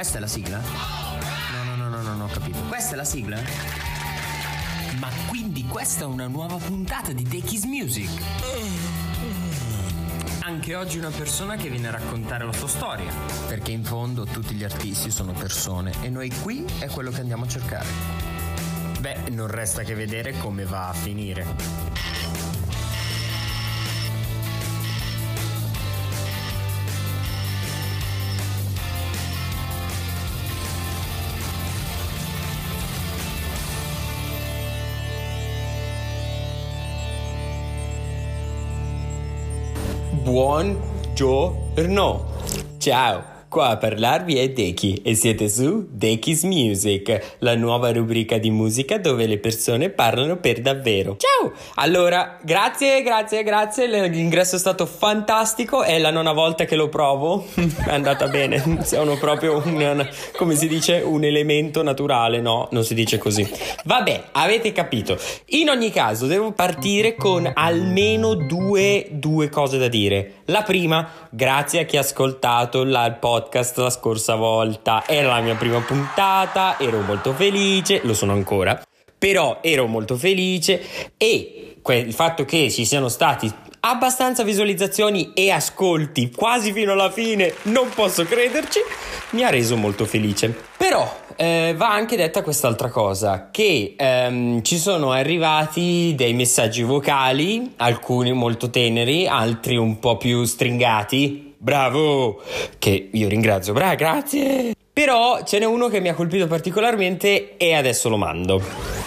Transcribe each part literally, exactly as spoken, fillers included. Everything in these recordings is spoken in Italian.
Questa è la sigla? No, no, no, no, no, non ho capito. Questa è la sigla? Ma quindi questa è una nuova puntata di Dekis Music. Anche oggi una persona che viene a raccontare la sua storia. Perché in fondo tutti gli artisti sono persone e noi qui è quello che andiamo a cercare. Beh, non resta che vedere come va a finire. Buongiorno, ciao, qua a parlarvi è Deki e siete su Dekis Music, la nuova rubrica di musica dove le persone parlano per davvero. Ciao! Allora, grazie, grazie, grazie, l'ingresso è stato fantastico, è la nona volta che lo provo, è andata bene, sono proprio un, come si dice, un elemento naturale, no, non si dice così. Vabbè, avete capito. In ogni caso, devo partire con almeno due, due cose da dire. La prima, grazie a chi ha ascoltato la, il podcast la scorsa volta, era la mia prima puntata, ero molto felice, lo sono ancora, però ero molto felice e que- il fatto che ci siano stati abbastanza visualizzazioni e ascolti quasi fino alla fine, non posso crederci, mi ha reso molto felice. Però eh, va anche detta quest'altra cosa, che ehm, ci sono arrivati dei messaggi vocali, alcuni molto teneri, altri un po' più stringati, bravo, che io ringrazio, bravo, grazie. Però ce n'è uno che mi ha colpito particolarmente e adesso lo mando.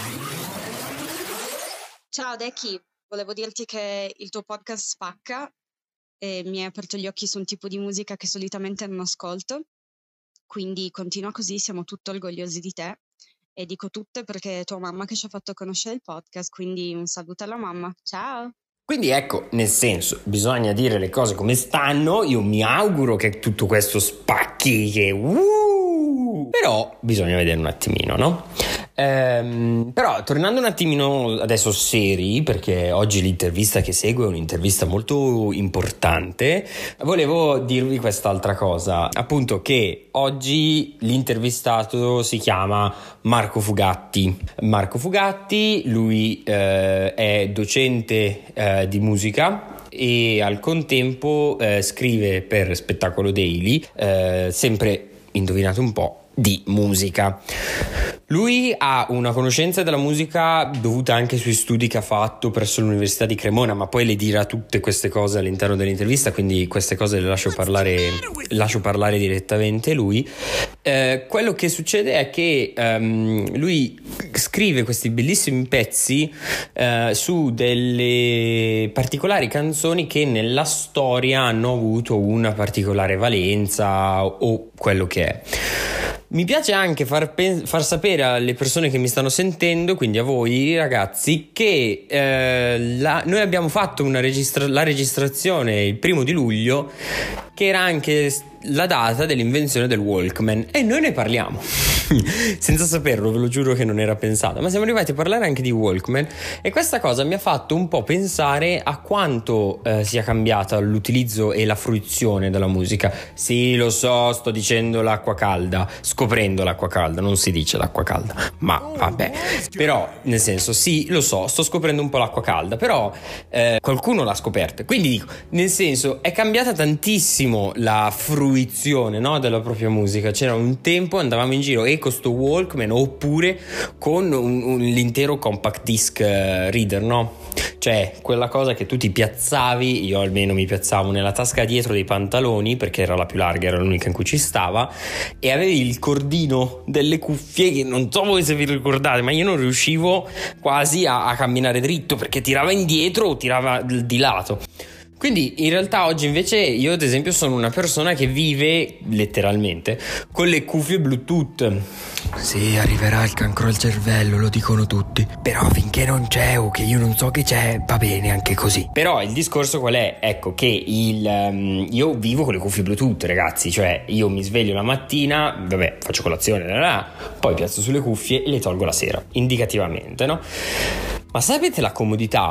Ciao Deki, volevo dirti che il tuo podcast spacca e mi hai aperto gli occhi su un tipo di musica che solitamente non ascolto, quindi continua così, siamo tutti orgogliosi di te e dico tutte perché è tua mamma che ci ha fatto conoscere il podcast, quindi un saluto alla mamma, ciao! Quindi ecco, nel senso, bisogna dire le cose come stanno, io mi auguro che tutto questo spacchi, che uh, però bisogna vedere un attimino, no? Ehm, però tornando un attimino adesso seri, perché oggi l'intervista che segue è un'intervista molto importante, volevo dirvi quest'altra cosa, appunto che oggi l'intervistato si chiama Marco Fugatti. Marco Fugatti, lui eh, è docente eh, di musica e al contempo eh, scrive per Spettacolo Daily, eh, sempre, indovinate un po', di musica. Lui ha una conoscenza della musica dovuta anche ai suoi studi che ha fatto presso l'Università di Cremona, ma poi le dirà tutte queste cose all'interno dell'intervista, quindi queste cose le lascio parlare, lascio parlare direttamente lui. Eh, quello che succede è che um, lui scrive questi bellissimi pezzi uh, su delle particolari canzoni che nella storia hanno avuto una particolare valenza o quello che è. Mi piace anche far, pen- far sapere alle persone che mi stanno sentendo, quindi a voi ragazzi, che eh, la- noi abbiamo fatto una registra- la registrazione il primo di luglio, che era anche la data dell'invenzione del Walkman, e noi ne parliamo senza saperlo, ve lo giuro che non era pensato, ma siamo arrivati a parlare anche di Walkman e questa cosa mi ha fatto un po' pensare a quanto eh, sia cambiata l'utilizzo e la fruizione della musica. Sì, lo so, sto dicendo l'acqua calda, scoprendo l'acqua calda, non si dice l'acqua calda, ma vabbè, però nel senso sì, lo so, sto scoprendo un po' l'acqua calda, però eh, qualcuno l'ha scoperta, quindi dico, nel senso è cambiata tantissimo la fruizione, no, della propria musica. C'era un tempo andavamo in giro e con sto Walkman oppure con un, un, l'intero compact disc reader, no? Cioè quella cosa che tu ti piazzavi, io almeno mi piazzavo nella tasca dietro dei pantaloni perché era la più larga, era l'unica in cui ci stava, e avevi il cordino delle cuffie che non so voi se vi ricordate, ma io non riuscivo quasi a, a camminare dritto perché tirava indietro o tirava di lato. Quindi in realtà oggi invece io ad esempio sono una persona che vive letteralmente con le cuffie Bluetooth. Sì, arriverà il cancro al cervello, lo dicono tutti, però finché non c'è o che io non so che c'è va bene anche così. Però il discorso qual è? Ecco che il um, io vivo con le cuffie Bluetooth, ragazzi, cioè io mi sveglio la mattina, vabbè, faccio colazione, là, là, poi piazzo sulle cuffie e le tolgo la sera, indicativamente, no? Ma sapete la comodità?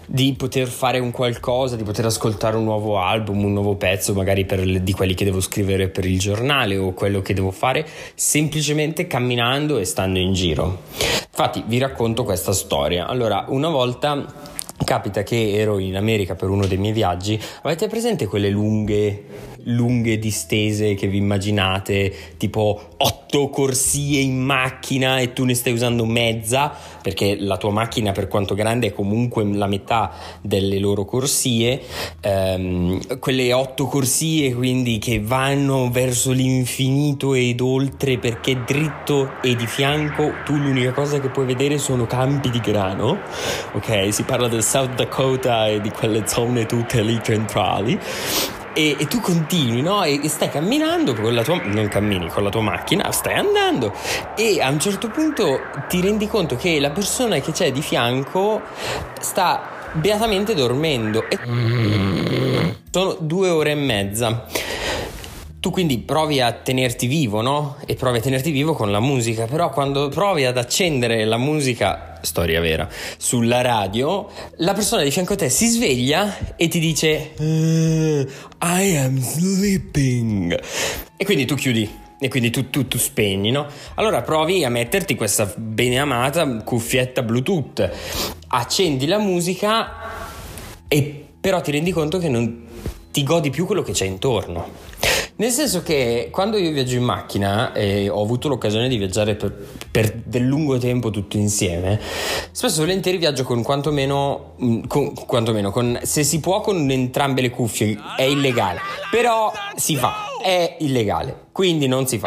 di poter fare un qualcosa, di poter ascoltare un nuovo album, un nuovo pezzo, magari per di quelli che devo scrivere per il giornale o quello che devo fare semplicemente camminando e stando in giro. Infatti vi racconto questa storia. Allora, una volta capita che ero in America per uno dei miei viaggi. Avete presente quelle lunghe lunghe distese che vi immaginate, tipo otto corsie in macchina e tu ne stai usando mezza, perché la tua macchina, per quanto grande, è comunque la metà delle loro corsie, ehm, quelle otto corsie quindi che vanno verso l'infinito ed oltre, perché dritto e di fianco tu l'unica cosa che puoi vedere sono campi di grano, ok? Si parla del South Dakota e di quelle zone tutte lì centrali. E, e tu continui, no? E, e stai camminando con la tua, non cammini con la tua macchina, stai andando e a un certo punto ti rendi conto che la persona che c'è di fianco sta beatamente dormendo e sono due ore e mezza. Tu quindi provi a tenerti vivo, no? E provi a tenerti vivo con la musica, però quando provi ad accendere la musica, storia vera, sulla radio, la persona di fianco a te si sveglia e ti dice uh, I am sleeping, e quindi tu chiudi e quindi tu, tu, tu spegni, no? Allora provi a metterti questa beneamata cuffietta Bluetooth, accendi la musica e però ti rendi conto che non ti godi più quello che c'è intorno. Nel senso che quando io viaggio in macchina e ho avuto l'occasione di viaggiare per, per del lungo tempo tutti insieme, spesso e volentieri viaggio con quantomeno, con, quantomeno con, se si può, con entrambe le cuffie. È illegale, però si fa, è illegale, quindi non si fa.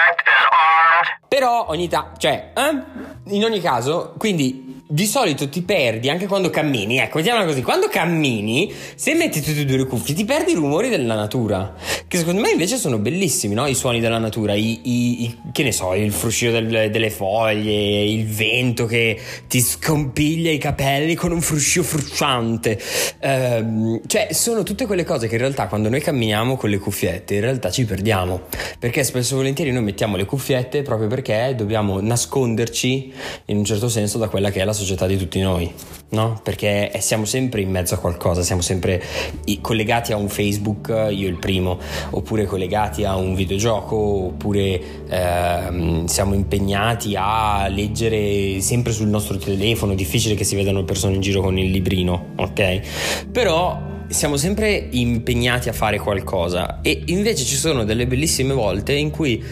Però ogni tanto, cioè, eh? in ogni caso, quindi di solito ti perdi anche quando cammini. Ecco, mettiamola così: quando cammini, se metti tutte e due le cuffie, ti perdi i rumori della natura, che secondo me invece sono bellissimi, no? I suoni della natura, i, i, i che ne so, il fruscio del, delle foglie, il vento che ti scompiglia i capelli con un fruscio frusciante, ehm, cioè sono tutte quelle cose che in realtà quando noi camminiamo con le cuffiette in realtà ci perdiamo, perché spesso e volentieri noi mettiamo le cuffiette proprio perché dobbiamo nasconderci in un certo senso da quella che è la società di tutti noi, no? Perché siamo sempre in mezzo a qualcosa, siamo sempre collegati a un Facebook, io il primo, oppure collegati a un videogioco, oppure ehm, siamo impegnati a leggere sempre sul nostro telefono. Difficile che si vedano persone in giro con il librino, ok? Però siamo sempre impegnati a fare qualcosa, e invece ci sono delle bellissime volte in cui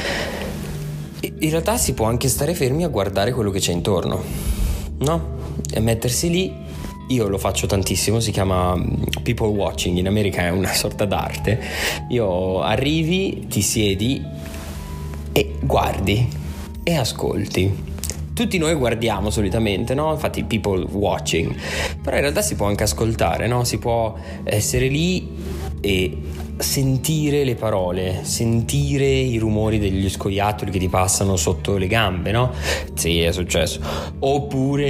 in realtà si può anche stare fermi a guardare quello che c'è intorno, no? E mettersi lì. Io lo faccio tantissimo, si chiama people watching, in America è una sorta d'arte. Io arrivi, ti siedi e guardi e ascolti. Tutti noi guardiamo solitamente, no? Infatti people watching, però in realtà si può anche ascoltare, no? Si può essere lì e sentire le parole, sentire i rumori degli scoiattoli che ti passano sotto le gambe, no? Sì, è successo. Oppure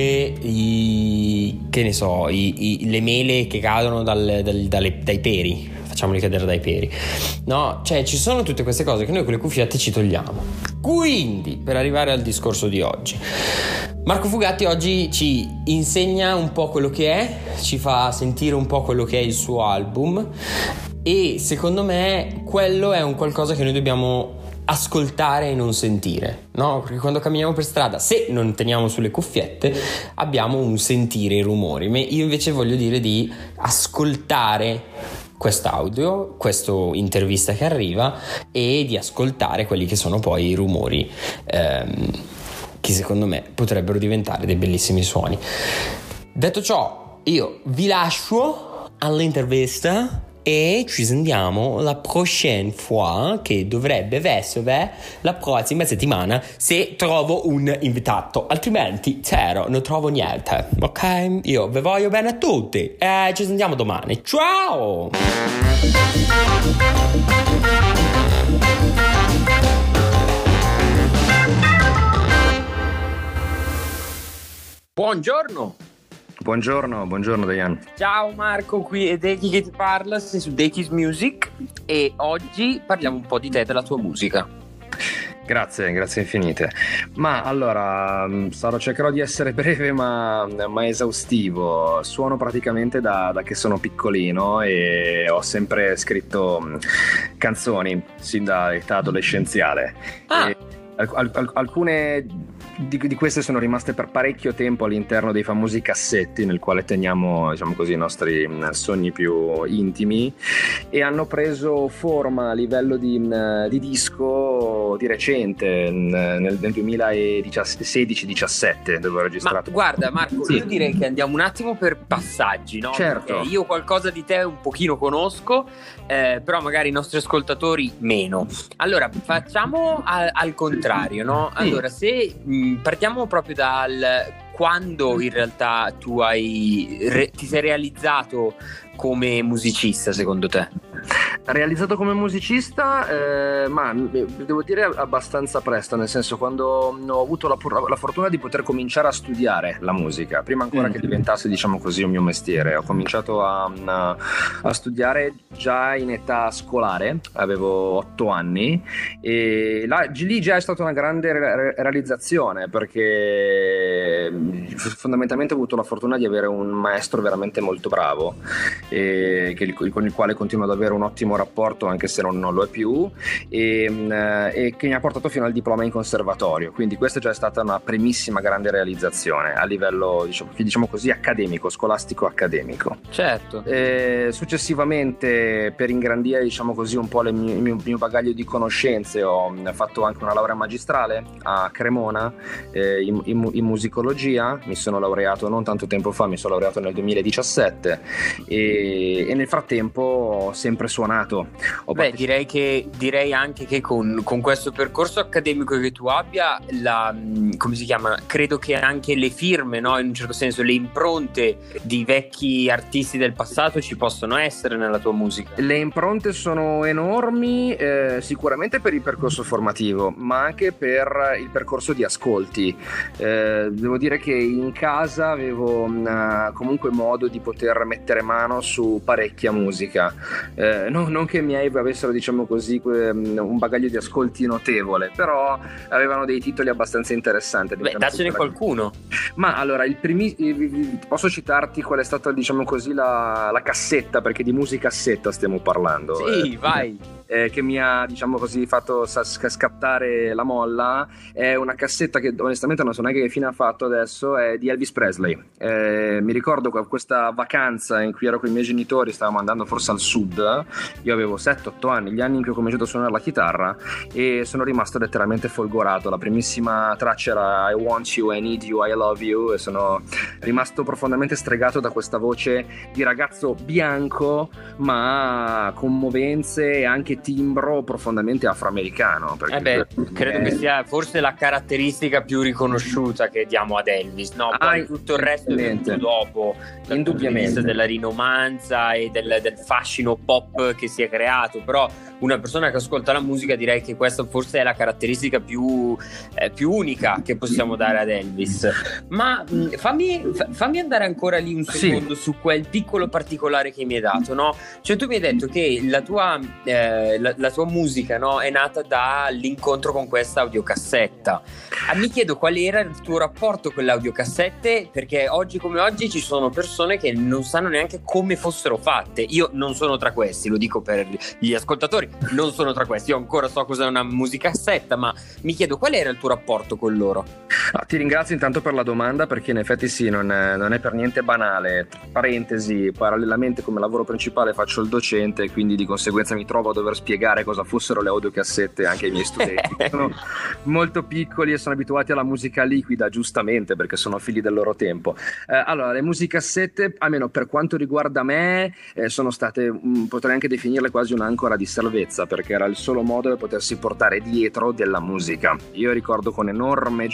i, che ne so, i, i, le mele che cadono dal, dal, dalle, dai peri, facciamoli cadere dai peri, no? Cioè ci sono tutte queste cose che noi con le cuffiette ci togliamo. Quindi, per arrivare al discorso di oggi, Marco Fugatti oggi ci insegna un po' quello che è, ci fa sentire un po' quello che è il suo album, e secondo me quello è un qualcosa che noi dobbiamo ascoltare e non sentire, no? Perché quando camminiamo per strada, se non teniamo sulle cuffiette, abbiamo un sentire i rumori. Ma io invece voglio dire di ascoltare quest'audio, questa intervista che arriva, e di ascoltare quelli che sono poi i rumori ehm, che secondo me potrebbero diventare dei bellissimi suoni. Detto ciò, io vi lascio all'intervista e ci sentiamo la prochaine fois, che dovrebbe essere la prossima settimana, se trovo un invitato, altrimenti zero, non trovo niente, ok? Io vi voglio bene a tutti e ci sentiamo domani, ciao! Buongiorno! Buongiorno, buongiorno Diane. Ciao Marco, qui è Deki che ti parla, sei su Deki's Music e oggi parliamo un po' di te e della tua musica. Grazie, grazie infinite. Ma allora, sarò, cercherò di essere breve ma, ma esaustivo. Suono praticamente da, da che sono piccolino e ho sempre scritto canzoni sin da età adolescenziale. Ah. E al, al, alcune di, di queste sono rimaste per parecchio tempo all'interno dei famosi cassetti nel quale teniamo, diciamo così, i nostri sogni più intimi, e hanno preso forma a livello di, di disco di recente, nel, nel duemilasedici diciassette, dove ho registrato. Ma guarda Marco, sì. io direi che andiamo un attimo per passaggi, no? Certo. Perché io qualcosa di te un pochino conosco, eh, però magari i nostri ascoltatori meno. Allora, facciamo al, al contrario, no? Allora, se mh, partiamo proprio dal quando in realtà tu hai re, ti sei realizzato come musicista, secondo te? Realizzato come musicista, eh, ma devo dire abbastanza presto, nel senso quando ho avuto la, la fortuna di poter cominciare a studiare la musica, prima ancora mm. che diventasse, diciamo così, un mio mestiere. Ho cominciato a, a, a studiare già in età scolare, avevo otto anni, e là, lì già è stata una grande re- realizzazione, perché fondamentalmente ho avuto la fortuna di avere un maestro veramente molto bravo, e che, con il quale continuo ad avere un ottimo rapporto, anche se non, non lo è più, e, e che mi ha portato fino al diploma in conservatorio. Quindi questa già è stata una primissima grande realizzazione a livello, diciamo, diciamo così, accademico, scolastico accademico. Certo. E successivamente, per ingrandire, diciamo così, un po' le mie, il mio, mio bagaglio di conoscenze, ho fatto anche una laurea magistrale a Cremona eh, in, in, in musicologia. Mi sono laureato non tanto tempo fa, mi sono laureato nel duemiladiciassette, e, e nel frattempo ho sempre suonato. Ho Beh, direi che direi anche che con, con questo percorso accademico che tu abbia, la, come si chiama? Credo che anche le firme, no? In un certo senso, le impronte di vecchi artisti del passato ci possono essere nella tua musica. Le impronte sono enormi, eh, sicuramente per il percorso formativo, ma anche per il percorso di ascolti. Eh, devo dire che in casa avevo una, comunque modo di poter mettere mano su parecchia musica. Eh, non, non che i miei avessero, diciamo così, un bagaglio di ascolti notevole, però avevano dei titoli abbastanza interessanti. Beh, dacene qualcuno. Ma allora, il primi, posso citarti qual è stata, diciamo così, la, la cassetta, perché di musicassetta stiamo parlando. Sì, eh, vai. Eh, che mi ha, diciamo così, fatto scattare la molla. È una cassetta che onestamente non so neanche che fine ha fatto adesso, è di Elvis Presley. Eh, mi ricordo questa vacanza in cui ero con i miei genitori, stavamo andando forse al sud, io avevo sette otto anni, gli anni in cui ho cominciato a suonare la chitarra, e sono rimasto letteralmente folgorato. La primissima traccia era I Want You, I Need You, I Love You, e sono rimasto profondamente stregato da questa voce di ragazzo bianco ma con movenze e anche timbro profondamente afroamericano. Eh beh, credo è... che sia forse la caratteristica più riconosciuta che diamo ad Elvis, no? Poi ah, tutto il resto è venuto dopo, dal punto di vista della rinomanza e del, del fascino pop che si è creato. Però una persona che ascolta la musica, direi che questa forse è la caratteristica più, eh, più unica che possiamo dare ad Elvis. Ma mh, fammi, f- fammi andare ancora lì un secondo, sì, su quel piccolo particolare che mi hai dato, no? Cioè tu mi hai detto che la tua, eh, la, la tua musica, no, è nata dall'incontro con questa audiocassetta. Ah, mi chiedo qual era il tuo rapporto con le audiocassette, perché oggi come oggi ci sono persone che non sanno neanche come fossero fatte. Io non sono tra questi, lo dico per gli ascoltatori, non sono tra questi, io ancora so cos'è una musicassetta, ma mi chiedo qual era il tuo rapporto con loro. Ah, ti ringrazio intanto per la domanda, perché in effetti sì, non è, non è per niente banale. Parentesi, parallelamente come lavoro principale faccio il docente, quindi di conseguenza mi trovo a dover spiegare cosa fossero le audiocassette anche ai miei studenti. Sono molto piccoli e sono abituati alla musica liquida, giustamente, perché sono figli del loro tempo. Eh, allora, le musicassette, almeno per quanto riguarda me, eh, sono state, mh, potrei anche definirle quasi un'ancora di salvezza, perché era il solo modo per potersi portare dietro della musica. Io ricordo con enorme gioia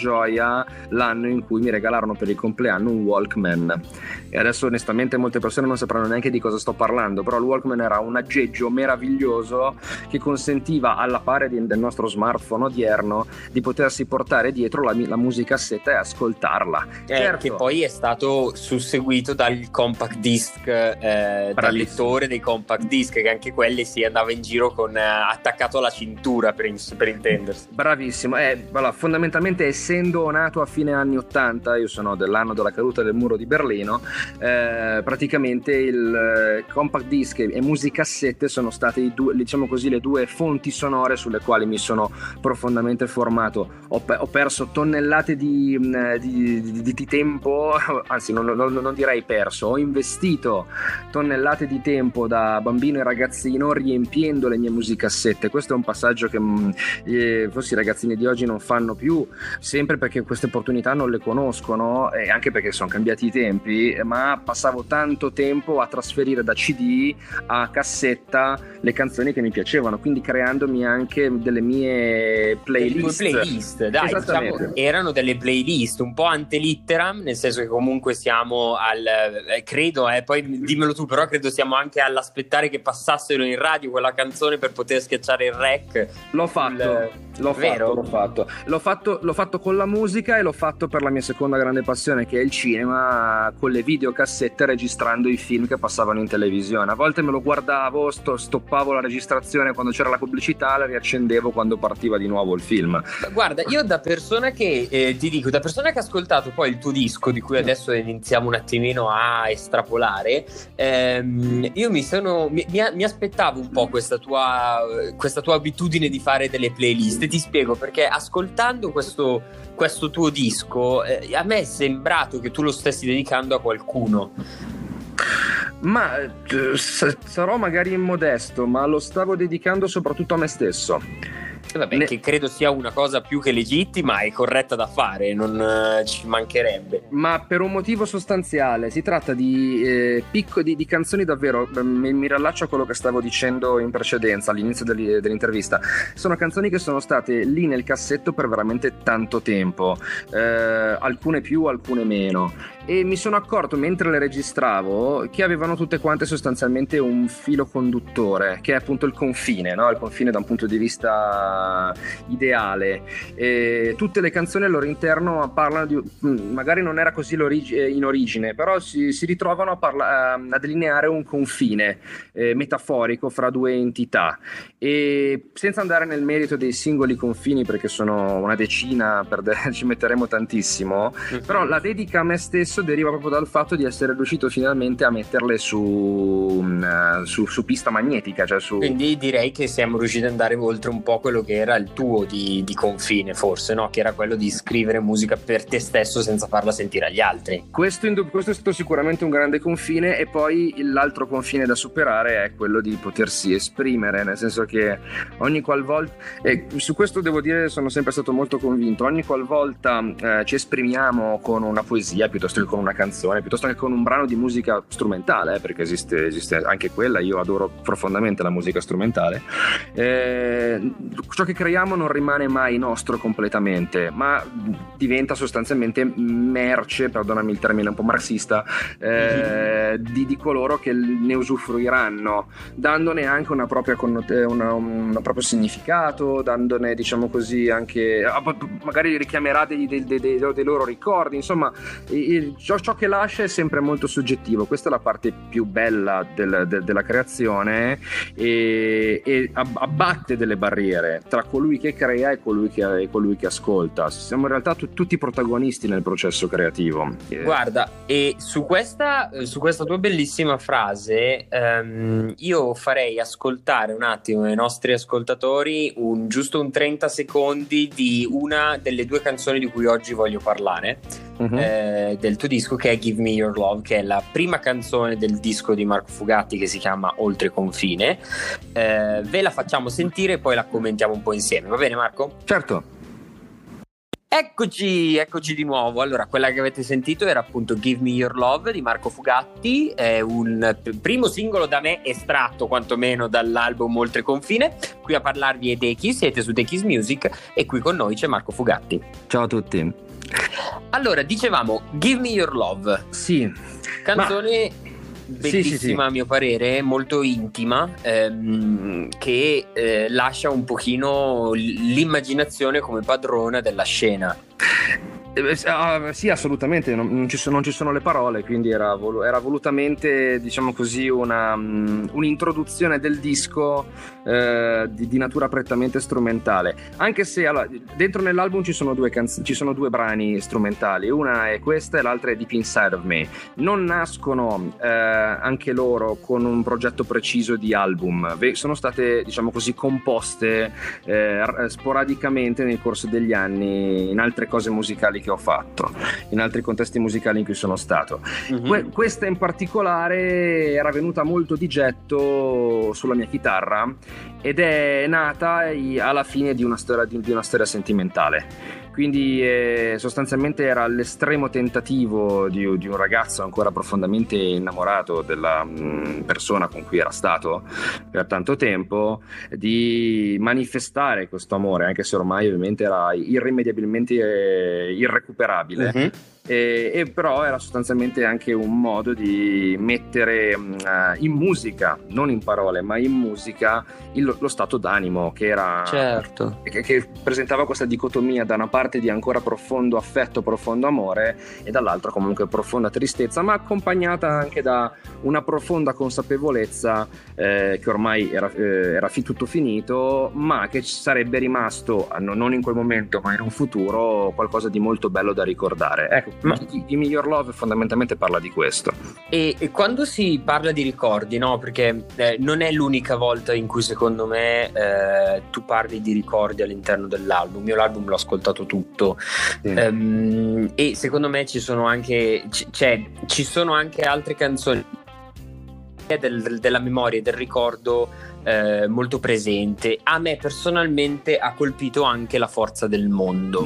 era l'anno in cui mi regalarono per il compleanno un Walkman, e adesso onestamente molte persone non sapranno neanche di cosa sto parlando, però il Walkman era un aggeggio meraviglioso che consentiva, alla pari del nostro smartphone odierno, di potersi portare dietro la, la musicassetta e ascoltarla. Eh, certo. Che poi è stato susseguito dal compact disc, eh, dal lettore dei compact disc, che anche quelli si andava in giro con eh, attaccato alla cintura, per, in, per intendersi. Bravissimo. Eh, allora, fondamentalmente, essendo nato a fine anni ottanta, io sono dell'anno della caduta del muro di Berlino, eh, praticamente il eh, compact disc e musicassette sono state i due, diciamo così, le due fonti sonore sulle quali mi sono profondamente formato. Ho, pe- ho perso tonnellate di, di, di, di, di tempo, anzi non, non, non direi perso, ho investito tonnellate di tempo da bambino e ragazzino riempiendo le mie musicassette. Questo è un passaggio che mh, eh, forse i ragazzini di oggi non fanno più, sempre perché queste opportunità non le conoscono, e anche perché sono cambiati i tempi, ma passavo tanto tempo a trasferire da C D a cassetta le canzoni che mi piacevano, quindi creandomi anche delle mie playlist. Le tue playlist, dai, diciamo, erano delle playlist un po' ante litteram, nel senso che comunque siamo al eh, credo, eh, poi dimmelo tu, però credo siamo anche all'aspettare che passassero in radio quella canzone per poter schiacciare il rec. L'ho fatto, il... l'ho, fatto l'ho fatto, l'ho fatto, l'ho fatto con la musica, e l'ho fatto per la mia seconda grande passione, che è il cinema, con le videocassette, registrando i film che passavano in televisione. A volte me lo guardavo, sto, stoppavo la registrazione quando c'era la pubblicità, la riaccendevo quando partiva di nuovo il film. Guarda, io da persona che eh, ti dico, da persona che ha ascoltato poi il tuo disco, di cui adesso iniziamo un attimino a estrapolare, ehm, io mi sono mi, mi aspettavo un po' questa tua questa tua abitudine di fare delle playlist. Ti spiego perché, ascoltando questo questo tuo disco, eh, a me è sembrato che tu lo stessi dedicando a qualcuno. Ma eh, sarò magari modesto, ma lo stavo dedicando soprattutto a me stesso. Vabbè, ne... che credo sia una cosa più che legittima e corretta da fare, non uh, ci mancherebbe. Ma per un motivo sostanziale, si tratta di eh, picco di, di canzoni davvero, mi, mi rallaccio a quello che stavo dicendo in precedenza, all'inizio dell'in- dell'intervista. Sono canzoni che sono state lì nel cassetto per veramente tanto tempo, eh, alcune più, alcune meno, e mi sono accorto mentre le registravo che avevano tutte quante sostanzialmente un filo conduttore, che è appunto il confine, no? Il confine da un punto di vista ideale. E tutte le canzoni al loro interno parlano di, magari non era così in origine, però si, si ritrovano a, parla, a delineare un confine eh, metaforico fra due entità, e senza andare nel merito dei singoli confini, perché sono una decina, per de- ci metteremo tantissimo, mm-hmm. Però la dedica a me stesso deriva proprio dal fatto di essere riuscito finalmente a metterle su, uh, su, su pista magnetica, cioè su... Quindi direi che siamo riusciti ad andare oltre un po' quello che era il tuo di, di confine, forse, no? Che era quello di scrivere musica per te stesso senza farla sentire agli altri. Questo, in, questo è stato sicuramente un grande confine, e poi l'altro confine da superare è quello di potersi esprimere, nel senso che ogni qualvolta, e su questo devo dire sono sempre stato molto convinto, ogni qualvolta eh, ci esprimiamo con una poesia piuttosto che con una canzone, piuttosto che con un brano di musica strumentale, eh, perché esiste, esiste anche quella, io adoro profondamente la musica strumentale, eh, ciò che creiamo non rimane mai nostro completamente, ma diventa sostanzialmente merce, perdonami il termine un po' marxista, eh, mm-hmm. di, di coloro che ne usufruiranno, dandone anche una propria connote, una, un proprio significato, dandone, diciamo così, anche magari richiamerà dei, dei, dei, dei, dei loro ricordi, insomma il, ciò, ciò che lascia è sempre molto soggettivo. Questa è la parte più bella del, de, della creazione, e, e abbatte delle barriere tra colui che crea e colui che, e colui che ascolta. Siamo in realtà t- tutti protagonisti nel processo creativo. Guarda, e su questa, su questa tua bellissima frase ehm, io farei ascoltare un attimo ai nostri ascoltatori un, giusto un trenta secondi di una delle due canzoni di cui oggi voglio parlare, uh-huh. eh, del tuo disco, che è Give Me Your Love, che è la prima canzone del disco di Marco Fugatti, che si chiama Oltre Confine. Eh, ve la facciamo sentire e poi la commentiamo un po' insieme, va bene Marco? Certo. Eccoci, eccoci di nuovo. Allora, quella che avete sentito era appunto Give Me Your Love di Marco Fugatti, è un primo singolo da me estratto quantomeno dall'album Oltre Confine. Qui a parlarvi è Dekis, siete su Dekis Music e qui con noi c'è Marco Fugatti. Ciao a tutti. Allora, dicevamo Give Me Your Love. Sì. Canzone Ma... bellissima, sì, sì, sì. A mio parere, molto intima, ehm, che eh, lascia un pochino l'immaginazione come padrona della scena. Uh, sì, assolutamente, non, non, ci sono, non ci sono le parole, quindi era, vol- era volutamente, diciamo così, una, um, un'introduzione del disco uh, di, di natura prettamente strumentale, anche se allora, dentro nell'album ci sono, due canz- ci sono due brani strumentali, una è questa e l'altra è Deep Inside of Me. Non nascono uh, anche loro con un progetto preciso di album, sono state, diciamo così, composte uh, sporadicamente nel corso degli anni in altre cose musicali che ho fatto, in altri contesti musicali in cui sono stato. Mm-hmm. Que- questa in particolare era venuta molto di getto sulla mia chitarra ed è nata alla fine di una storia, di, di una storia sentimentale. Quindi eh, sostanzialmente era l'estremo tentativo di, di un ragazzo ancora profondamente innamorato della mh, persona con cui era stato per tanto tempo, di manifestare questo amore, anche se ormai ovviamente era irrimediabilmente eh, irrecuperabile. Mm-hmm. E, e però era sostanzialmente anche un modo di mettere uh, in musica, non in parole ma in musica, il, lo stato d'animo che era, certo, che, che presentava questa dicotomia da una parte di ancora profondo affetto, profondo amore e dall'altra comunque profonda tristezza, ma accompagnata anche da una profonda consapevolezza eh, che ormai era, eh, era fi, tutto finito, ma che sarebbe rimasto non in quel momento ma in un futuro qualcosa di molto bello da ricordare. Ecco, ma Give Me Your Love fondamentalmente parla di questo. E, e quando si parla di ricordi, no? Perché eh, non è l'unica volta in cui secondo me eh, tu parli di ricordi all'interno dell'album. Io l'album l'ho ascoltato tutto, sì. um, e secondo me ci sono anche c- cioè, ci sono anche altre canzoni del, del, della memoria e del ricordo eh, molto presente. A me personalmente ha colpito anche La forza del mondo.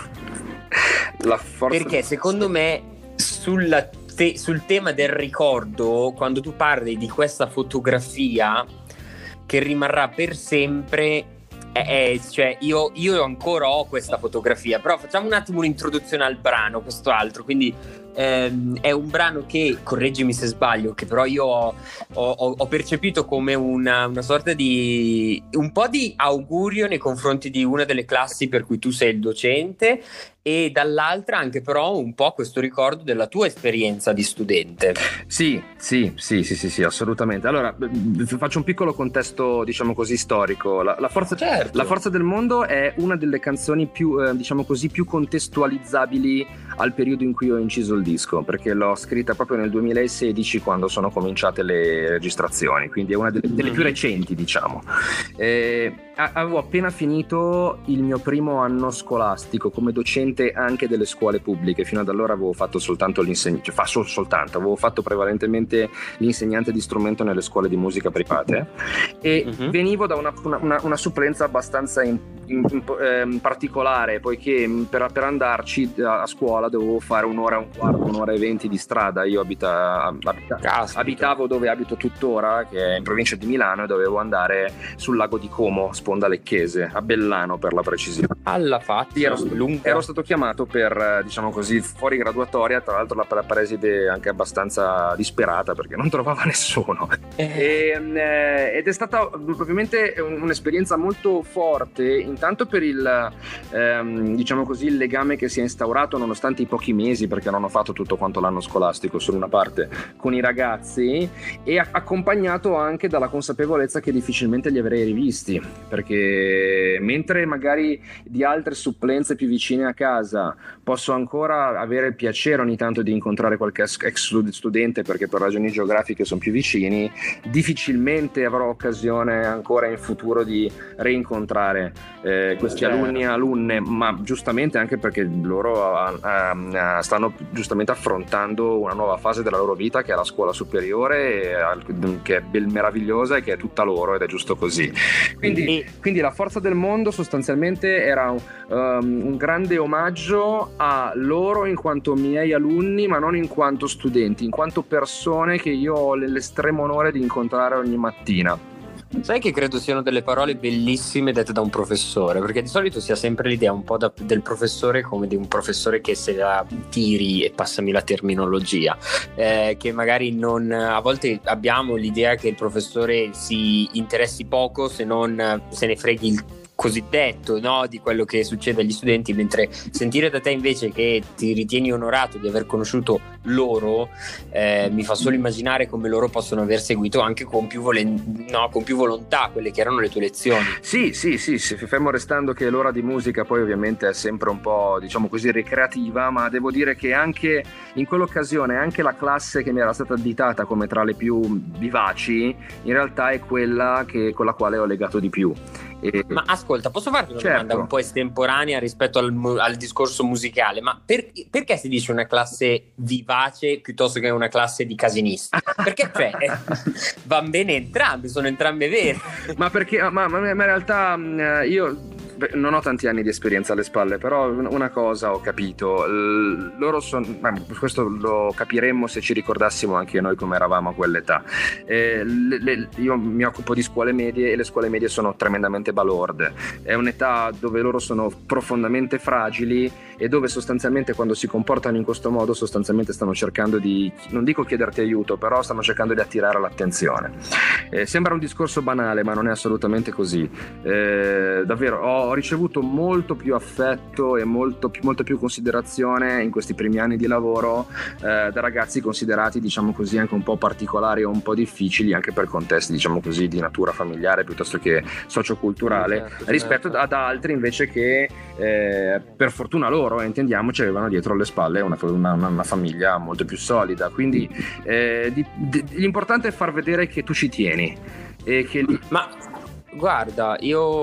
La forza perché secondo me sulla te, sul tema del ricordo, quando tu parli di questa fotografia che rimarrà per sempre, eh, cioè io, io ancora ho questa fotografia, però facciamo un attimo un'introduzione al brano, questo altro, quindi ehm, è un brano che, correggimi se sbaglio, che però io ho, ho, ho percepito come una, una sorta di un po' di augurio nei confronti di una delle classi per cui tu sei il docente, e dall'altra anche però un po' questo ricordo della tua esperienza di studente. Sì, sì, sì, sì, sì, sì, assolutamente. Allora, faccio un piccolo contesto, diciamo così, storico. La, la, forza, certo. La forza del mondo è una delle canzoni più, eh, diciamo così, più contestualizzabili al periodo in cui ho inciso il disco, perché l'ho scritta proprio nel duemilasedici, quando sono cominciate le registrazioni, quindi è una delle, delle più recenti, diciamo. Eh, avevo appena finito il mio primo anno scolastico come docente anche delle scuole pubbliche. Fino ad allora avevo fatto soltanto l'insegnante, cioè fa sol- soltanto avevo fatto prevalentemente l'insegnante di strumento nelle scuole di musica private, e uh-huh. venivo da una, una, una supplenza abbastanza in, in, in, eh, particolare, poiché per, per andarci a, a scuola dovevo fare un'ora e un quarto, un'ora e venti di strada. Io abita, abita, abitavo dove abito tuttora, che è in provincia di Milano, e dovevo andare sul lago di Como, sponda lecchese, a Bellano per la precisione. Alla faccia, ero, ero stato chiamato per, diciamo così, fuori graduatoria, tra l'altro la, la preside anche abbastanza disperata perché non trovava nessuno. Eh. E, ed è stata ovviamente un'esperienza molto forte, intanto per il, ehm, diciamo così, il legame che si è instaurato nonostante i pochi mesi, perché non ho fatto tutto quanto l'anno scolastico, solo una parte, con i ragazzi, e accompagnato anche dalla consapevolezza che difficilmente li avrei rivisti, perché mentre magari di altre supplenze più vicine a casa posso ancora avere il piacere ogni tanto di incontrare qualche ex studente, perché per ragioni geografiche sono più vicini, difficilmente avrò occasione ancora in futuro di rincontrare eh, questi certo. alunni e alunne, ma giustamente anche perché loro uh, uh, stanno giustamente affrontando una nuova fase della loro vita, che è la scuola superiore, e, che è bel, meravigliosa e che è tutta loro, ed è giusto così. Quindi, quindi La forza del mondo sostanzialmente era un, um, un grande omaggio a loro in quanto miei alunni, ma non in quanto studenti, in quanto persone che io ho l'estremo onore di incontrare ogni mattina. Sai che credo siano delle parole bellissime dette da un professore, perché di solito si ha sempre l'idea un po' da, del professore come di un professore che se la tiri, e passami la terminologia, eh, che magari non, a volte abbiamo l'idea che il professore si interessi poco se non se ne freghi il cosiddetto, no, di quello che succede agli studenti, mentre sentire da te invece che ti ritieni onorato di aver conosciuto loro, eh, mi fa solo immaginare come loro possono aver seguito anche con più, volen- no, con più volontà quelle che erano le tue lezioni. Sì, sì, sì, sì, fermo restando che l'ora di musica poi ovviamente è sempre un po', diciamo così, ricreativa, ma devo dire che anche in quell'occasione anche la classe che mi era stata additata come tra le più vivaci in realtà è quella che, con la quale ho legato di più. E... Ma ascolta, posso farti una certo. domanda un po' estemporanea rispetto al, al discorso musicale, ma per, perché si dice una classe vivace piuttosto che una classe di casinisti? Perché cioè, vanno bene entrambi, sono entrambe vere. Ma perché, ma, ma, ma in realtà io non ho tanti anni di esperienza alle spalle, però una cosa ho capito, L- loro sono, questo lo capiremmo se ci ricordassimo anche noi come eravamo a quell'età. Eh, le, le, io mi occupo di scuole medie e le scuole medie sono tremendamente balorde, è un'età dove loro sono profondamente fragili e dove sostanzialmente quando si comportano in questo modo sostanzialmente stanno cercando di, non dico chiederti aiuto, però stanno cercando di attirare l'attenzione. Eh, sembra un discorso banale, ma non è assolutamente così. Eh, davvero ho ho ricevuto molto più affetto e molto più, molto più considerazione in questi primi anni di lavoro eh, da ragazzi considerati, diciamo così, anche un po' particolari o un po' difficili anche per contesti, diciamo così, di natura familiare piuttosto che socioculturale, certo, rispetto certo. ad altri invece che eh, per fortuna loro, eh, intendiamoci, avevano dietro le spalle una, una, una famiglia molto più solida, quindi eh, di, di, l'importante è far vedere che tu ci tieni e che li... Ma guarda,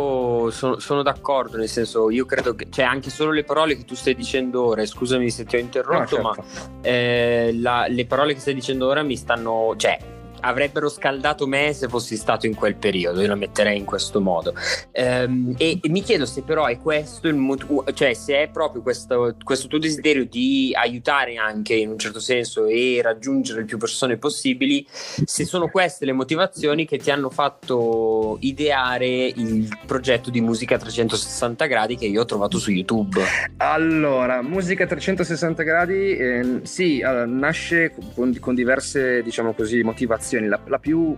io sono, sono d'accordo, nel senso, io credo che, cioè, anche solo le parole che tu stai dicendo ora, scusami se ti ho interrotto, no, certo. ma eh, la, le parole che stai dicendo ora mi stanno, cioè, avrebbero scaldato me se fossi stato in quel periodo, io la metterei in questo modo. Ehm, e, e mi chiedo se però è questo il motivo, cioè se è proprio questo, questo tuo desiderio di aiutare anche in un certo senso e raggiungere il più persone possibili, se sono queste le motivazioni che ti hanno fatto ideare il progetto di Musica a trecentosessanta gradi che io ho trovato su YouTube. Allora, Musica a trecentosessanta gradi eh, sì, allora, nasce con, con diverse, diciamo così, motivazioni. La, la più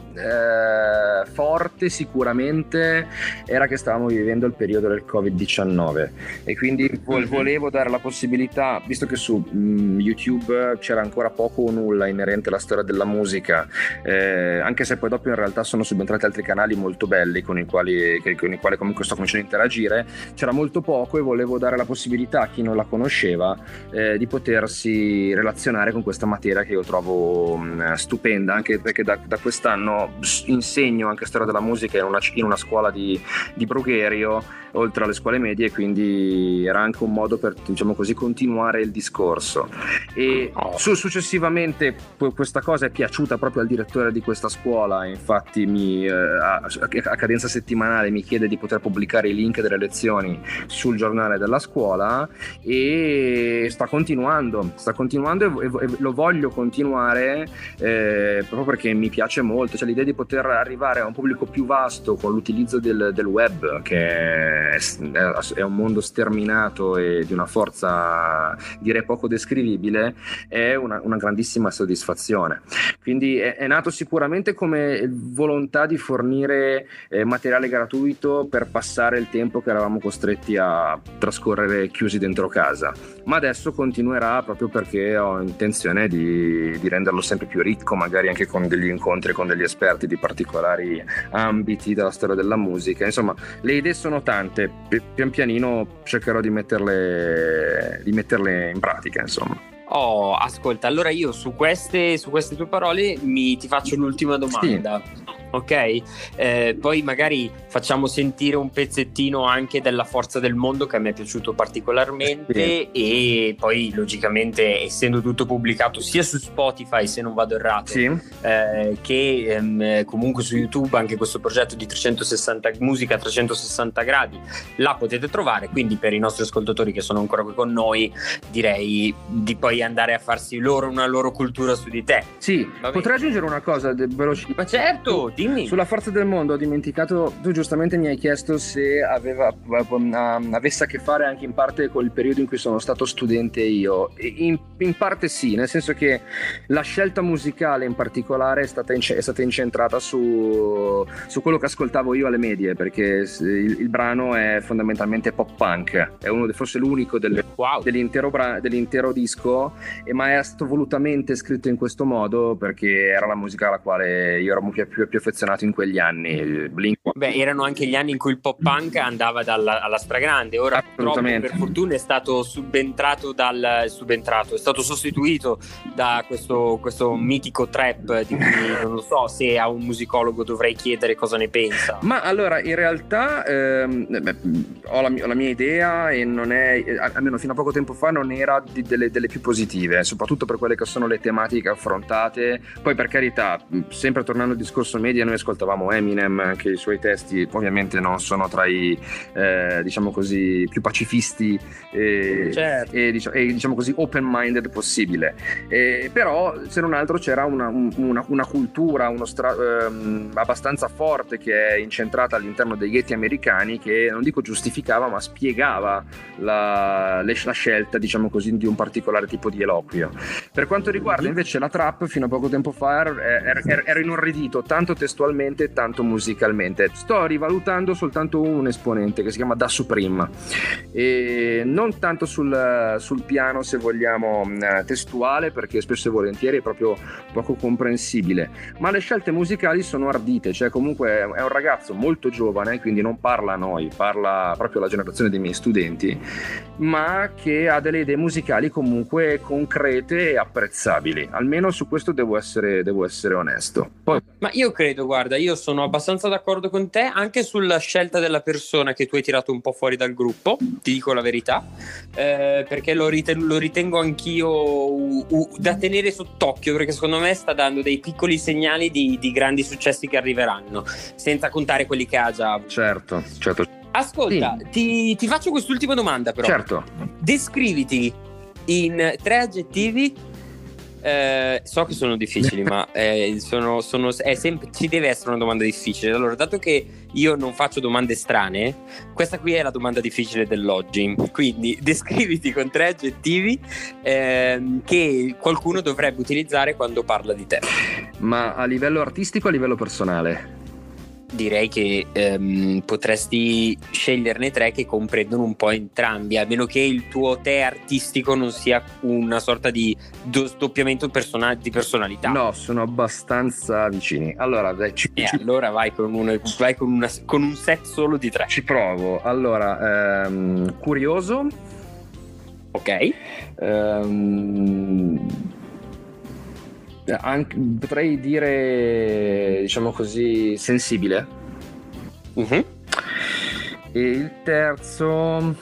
eh, forte sicuramente era che stavamo vivendo il periodo del covid diciannove e quindi vo- volevo dare la possibilità, visto che su mh, YouTube c'era ancora poco o nulla inerente alla storia della musica, eh, anche se poi dopo in realtà sono subentrati altri canali molto belli con i quali, che, con i quali comunque sto cominciando a interagire, c'era molto poco e volevo dare la possibilità a chi non la conosceva eh, di potersi relazionare con questa materia che io trovo mh, stupenda, anche perché da, da quest'anno insegno anche storia della musica in una, in una scuola di, di Brugherio oltre alle scuole medie, quindi era anche un modo per, diciamo così, continuare il discorso. E su, successivamente questa cosa è piaciuta proprio al direttore di questa scuola, infatti mi, eh, a, a cadenza settimanale mi chiede di poter pubblicare i link delle lezioni sul giornale della scuola e sta continuando sta continuando e, e, e lo voglio continuare eh, proprio perché mi piace molto, cioè l'idea di poter arrivare a un pubblico più vasto con l'utilizzo del, del web, che è, è un mondo sterminato e di una forza direi poco descrivibile, è una, una grandissima soddisfazione. Quindi è, è nato sicuramente come volontà di fornire eh, materiale gratuito per passare il tempo che eravamo costretti a trascorrere chiusi dentro casa, ma adesso continuerà proprio perché ho intenzione di, di renderlo sempre più ricco, magari anche con degli incontri con degli esperti di particolari ambiti della storia della musica. Insomma, le idee sono tante, pian pianino cercherò di metterle, di metterle in pratica, insomma. Oh, ascolta, allora io su queste, su queste tue parole mi ti faccio l'ultima domanda. Sì. Ok, eh, poi magari facciamo sentire un pezzettino anche della Forza del Mondo che a me è piaciuto particolarmente, sì. E poi logicamente essendo tutto pubblicato sia su Spotify, se non vado errato, sì. eh, che ehm, comunque su YouTube, anche questo progetto di trecentosessanta musica a trecentosessanta gradi la potete trovare, quindi per i nostri ascoltatori che sono ancora qui con noi direi di poi andare a farsi loro una loro cultura su di te. Sì, potrei aggiungere una cosa de- veloce. Ma certo, dimmi. Sulla Forza del Mondo ho dimenticato, tu giustamente mi hai chiesto se aveva, avesse a che fare anche in parte con il periodo in cui sono stato studente io. In, in parte sì, nel senso che la scelta musicale in particolare è stata, inc- è stata incentrata su, su quello che ascoltavo io alle medie, perché il, il brano è fondamentalmente pop punk, è uno, forse l'unico del, wow. dell'intero, bra- dell'intero disco, e ma è stato volutamente scritto in questo modo perché era la musica alla quale io ero più, più, più affezionato in quegli anni. Blink. Beh, erano anche gli anni in cui il pop punk andava dalla, alla stragrande. Ora purtroppo per fortuna è stato subentrato dal subentrato, è stato sostituito da questo, questo mitico trap di cui non lo so se a un musicologo dovrei chiedere cosa ne pensa. Ma allora in realtà ehm, beh, ho, la mia, ho la mia idea, e non è, almeno fino a poco tempo fa non era di, delle, delle più positive, soprattutto per quelle che sono le tematiche affrontate. Poi per carità, sempre tornando al discorso media, noi ascoltavamo Eminem, anche i suoi testi ovviamente non sono tra i eh, diciamo così più pacifisti e, certo. e, diciamo, e diciamo così open minded possibile, e, però se non altro c'era una, una, una cultura uno stra- ehm, abbastanza forte che è incentrata all'interno dei ghetti americani, che non dico giustificava ma spiegava la, le, la scelta diciamo così di un particolare tipo di eloquio. Per quanto riguarda invece la trap, fino a poco tempo fa ero, ero, ero inorridito tanto testualmente tanto musicalmente. Sto rivalutando soltanto un esponente che si chiama Da Supreme, e non tanto sul, sul piano, se vogliamo, testuale, perché spesso e volentieri è proprio poco comprensibile, ma le scelte musicali sono ardite. Cioè comunque è un ragazzo molto giovane, quindi non parla a noi, parla proprio alla generazione dei miei studenti, ma che ha delle idee musicali comunque concrete e apprezzabili. Almeno su questo devo essere, devo essere onesto. Poi... Ma io credo, guarda, io sono abbastanza d'accordo con te anche sulla scelta della persona che tu hai tirato un po' fuori dal gruppo, ti dico la verità, eh, perché lo, riten- lo ritengo anch'io uh, uh, da tenere sott'occhio, perché secondo me sta dando dei piccoli segnali di, di grandi successi che arriveranno, senza contare quelli che ha già avuto. Certo, certo. Ascolta, sì. ti, ti faccio quest'ultima domanda però. Certo. Descriviti in tre aggettivi. Eh, so che sono difficili, ma eh, sono, sono, è sempre, ci deve essere una domanda difficile. Allora, dato che io non faccio domande strane, questa qui è la domanda difficile dell'oggi. Quindi descriviti con tre aggettivi eh, che qualcuno dovrebbe utilizzare quando parla di te. Ma a livello artistico o a livello personale? Direi che ehm, potresti sceglierne tre che comprendono un po' entrambi, a meno che il tuo te artistico non sia una sorta di doppiamento persona- di personalità. No, sono abbastanza vicini. Allora, dai, ci, eh, ci... allora vai con, una, vai con, una, con un set solo di tre. Ci provo. Allora, ehm, curioso. Ok. Ehm... Anche, potrei dire, diciamo così, sensibile. Uh-huh. E il terzo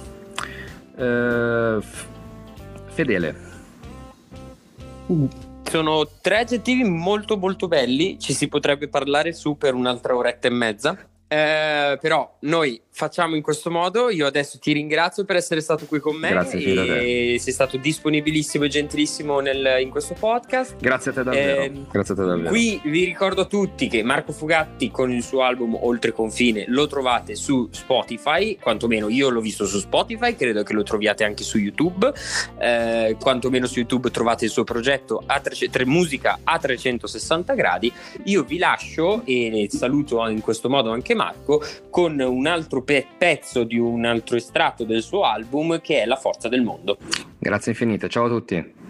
eh, f- fedele. Sono tre aggettivi molto molto belli, ci si potrebbe parlare su per un'altra oretta e mezza. Eh, però noi facciamo in questo modo. Io adesso ti ringrazio per essere stato qui con me. Grazie e sei stato disponibilissimo e gentilissimo nel, in questo podcast. Grazie a te davvero. Eh, Grazie a te davvero. Qui vi ricordo a tutti che Marco Fugatti con il suo album Oltre Confine lo trovate su Spotify, quantomeno io l'ho visto su Spotify, credo che lo troviate anche su YouTube, eh, quantomeno su YouTube trovate il suo progetto a tre, tre, musica a trecentosessanta gradi. Io vi lascio e saluto in questo modo anche Marco con un altro pe- pezzo di un altro estratto del suo album che è La Forza del Mondo. Grazie infinite, ciao a tutti.